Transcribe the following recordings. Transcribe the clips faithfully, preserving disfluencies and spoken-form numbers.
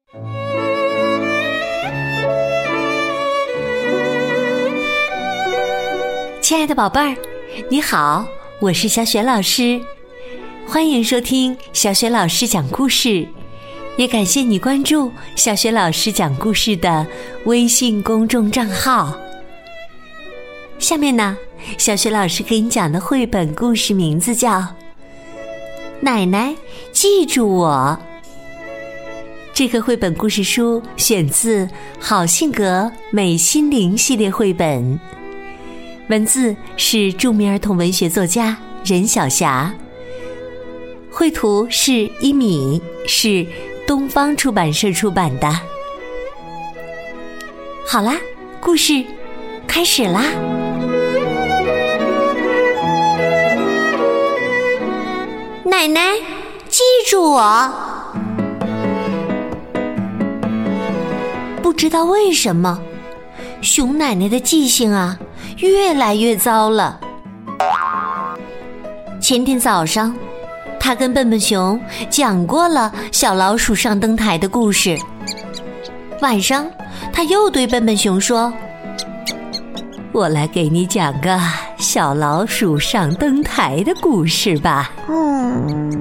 亲爱的宝贝儿，你好，我是小雪老师，欢迎收听小雪老师讲故事，也感谢你关注小雪老师讲故事的微信公众账号。下面呢，小雪老师给你讲的绘本故事名字叫《奶奶记住我》。这个绘本故事书选自好性格美心灵系列绘本，文字是著名儿童文学作家任晓霞，绘图是一米，是东方出版社出版的。好啦，故事开始啦！奶奶，记住我！不知道为什么，熊奶奶的记性啊，越来越糟了。前天早上，她跟笨笨熊讲过了小老鼠上灯台的故事。晚上，她又对笨笨熊说：“我来给你讲个小老鼠上灯台的故事吧。”嗯。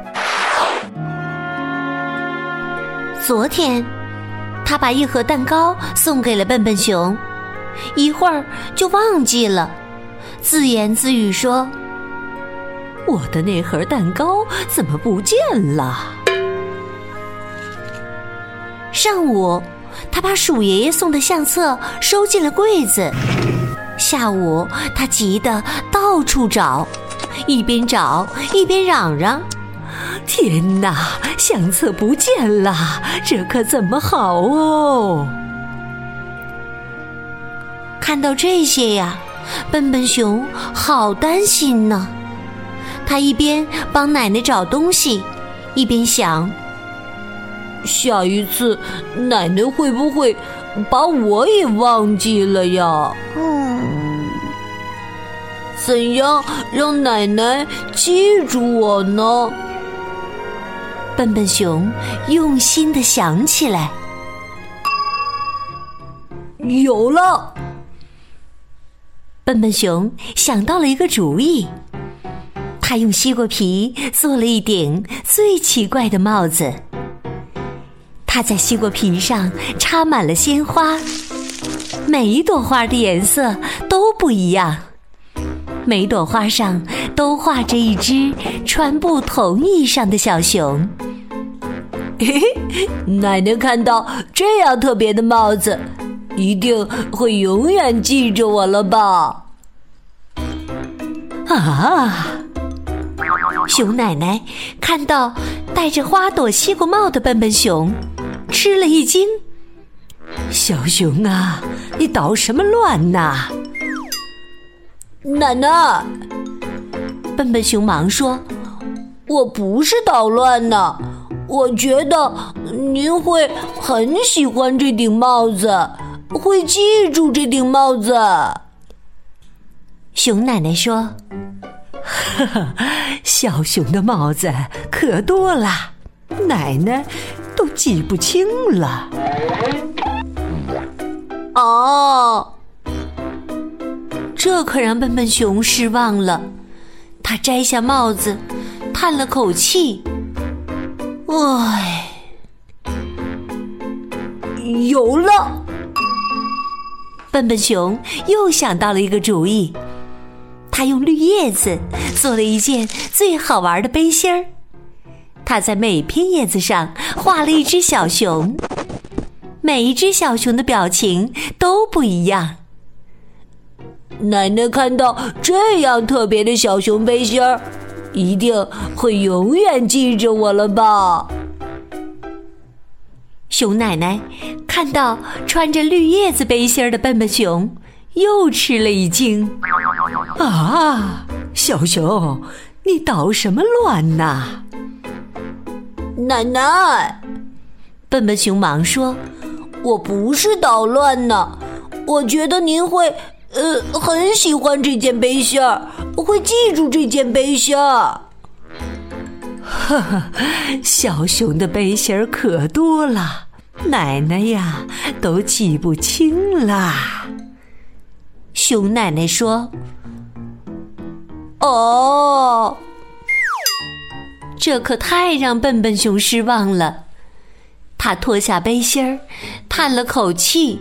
昨天，她把一盒蛋糕送给了笨笨熊。一会儿就忘记了，自言自语说：“我的那盒蛋糕怎么不见了？”上午，他把鼠爷爷送的相册收进了柜子。下午，他急得到处找，一边找一边嚷嚷：“天哪，相册不见了，这可怎么好哦！”看到这些呀，笨笨熊好担心呢。他一边帮奶奶找东西，一边想：下一次奶奶会不会把我也忘记了呀？嗯，怎样让奶奶记住我呢？笨笨熊用心地想起来。有了！笨笨熊想到了一个主意，他用西瓜皮做了一顶最奇怪的帽子。他在西瓜皮上插满了鲜花，每一朵花的颜色都不一样，每朵花上都画着一只穿不同衣裳的小熊。嘿嘿，奶奶看到这样特别的帽子，一定会永远记着我了吧？啊！熊奶奶看到戴着花朵西瓜帽的笨笨熊，吃了一惊。小熊啊，你捣什么乱呐？奶奶，笨笨熊忙说：“我不是捣乱呢，我觉得您会很喜欢这顶帽子，会记住这顶帽子。”熊奶奶说：“呵呵，小熊的帽子可多了，奶奶都记不清了。”哦，这可让笨笨熊失望了。他摘下帽子，叹了口气：“唉，有了！”笨笨熊又想到了一个主意。他用绿叶子做了一件最好玩的背心儿。他在每片叶子上画了一只小熊，每一只小熊的表情都不一样。奶奶看到这样特别的小熊背心儿，一定会永远记着我了吧？熊奶奶看到穿着绿叶子背心儿的笨笨熊，又吃了一惊。啊，小熊，你捣什么乱呐？奶奶，笨笨熊忙说：“我不是捣乱呢，我觉得您会呃很喜欢这件背心儿，会记住这件背心儿。”呵呵，小熊的背心儿可多了， 奶奶呀，都记不清啦。熊奶奶说：哦，这可太让笨笨熊失望了。他脱下背心儿，叹了口气：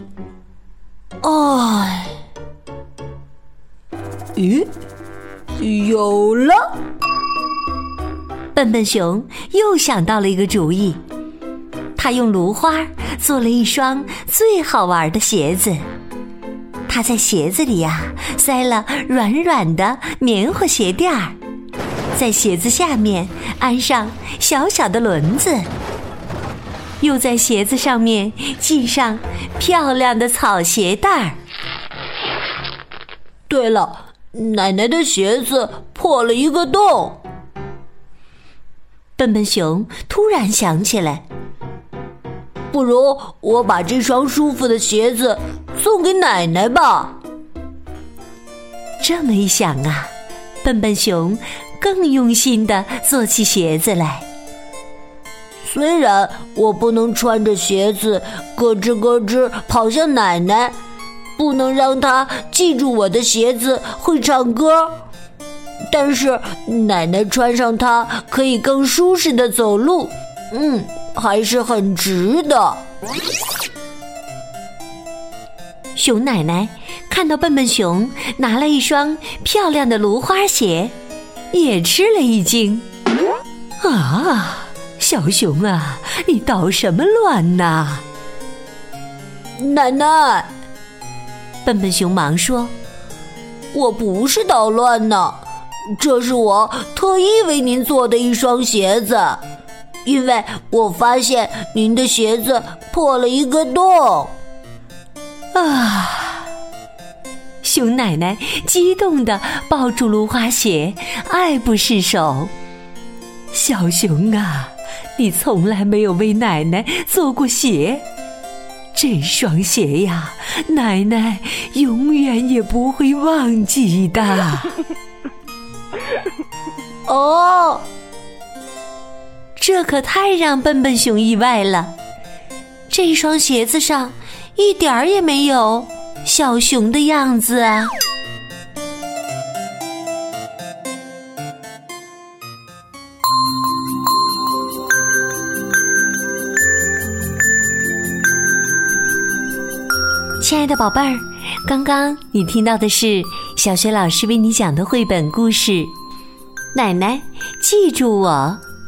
唉， 咦，有了！ 笨笨熊又想到了一个主意，他用芦花做了一双最好玩的鞋子。他在鞋子里呀、啊、塞了软软的棉花鞋垫儿，在鞋子下面安上小小的轮子，又在鞋子上面系上漂亮的草鞋带儿。 对了，奶奶的鞋子破了一个洞。 笨笨熊突然想起来， 不如我把这双舒服的鞋子送给奶奶吧。 这么一想啊，笨笨熊更用心地做起鞋子来。 虽然我不能穿着鞋子咯吱咯吱跑向奶奶，不能让她记住我的鞋子会唱歌，但是奶奶穿上它可以更舒适地走路，嗯，还是很值的。 熊奶奶看到笨笨熊拿了一双漂亮的芦花鞋，也吃了一惊。啊，小熊啊，你捣什么乱呐？ 奶奶， 笨笨熊忙说： 我不是捣乱呢，这是我特意为您做的一双鞋子，因为我发现您的鞋子破了一个洞。 啊！熊奶奶激动地抱住芦花鞋，爱不释手。小熊啊，你从来没有为奶奶做过鞋，这双鞋呀，奶奶永远也不会忘记的。 哦， 这可太让笨笨熊意外了。这双鞋子上一点儿也没有小熊的样子啊！亲爱的宝贝儿，刚刚你听到的是小学老师为你讲的绘本故事《奶奶记住我》。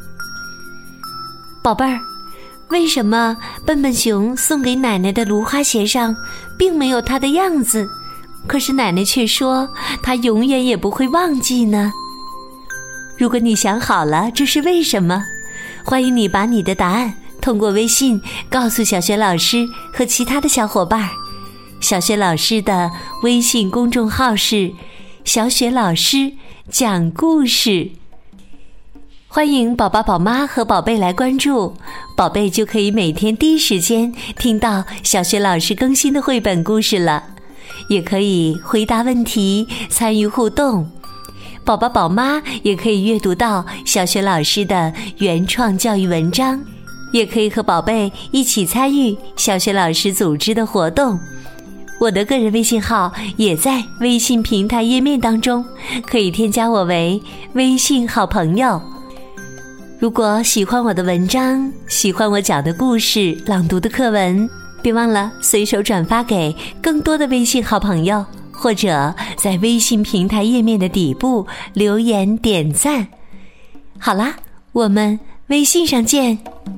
宝贝儿，为什么笨笨熊送给奶奶的芦花鞋上并没有它的样子，可是奶奶却说她永远也不会忘记呢？如果你想好了这是为什么，欢迎你把你的答案通过微信告诉小学老师和其他的小伙伴。小学老师的微信公众号是小雪老师讲故事，欢迎宝宝宝妈和宝贝来关注，宝贝就可以每天第一时间听到小学老师更新的绘本故事了，也可以回答问题参与互动。宝宝宝妈也可以阅读到小学老师的原创教育文章，也可以和宝贝一起参与小学老师组织的活动。我的个人微信号也在微信平台页面当中，可以添加我为微信好朋友。如果喜欢我的文章，喜欢我讲的故事、朗读的课文，别忘了随手转发给更多的微信好朋友，或者在微信平台页面的底部留言点赞。好啦，我们微信上见。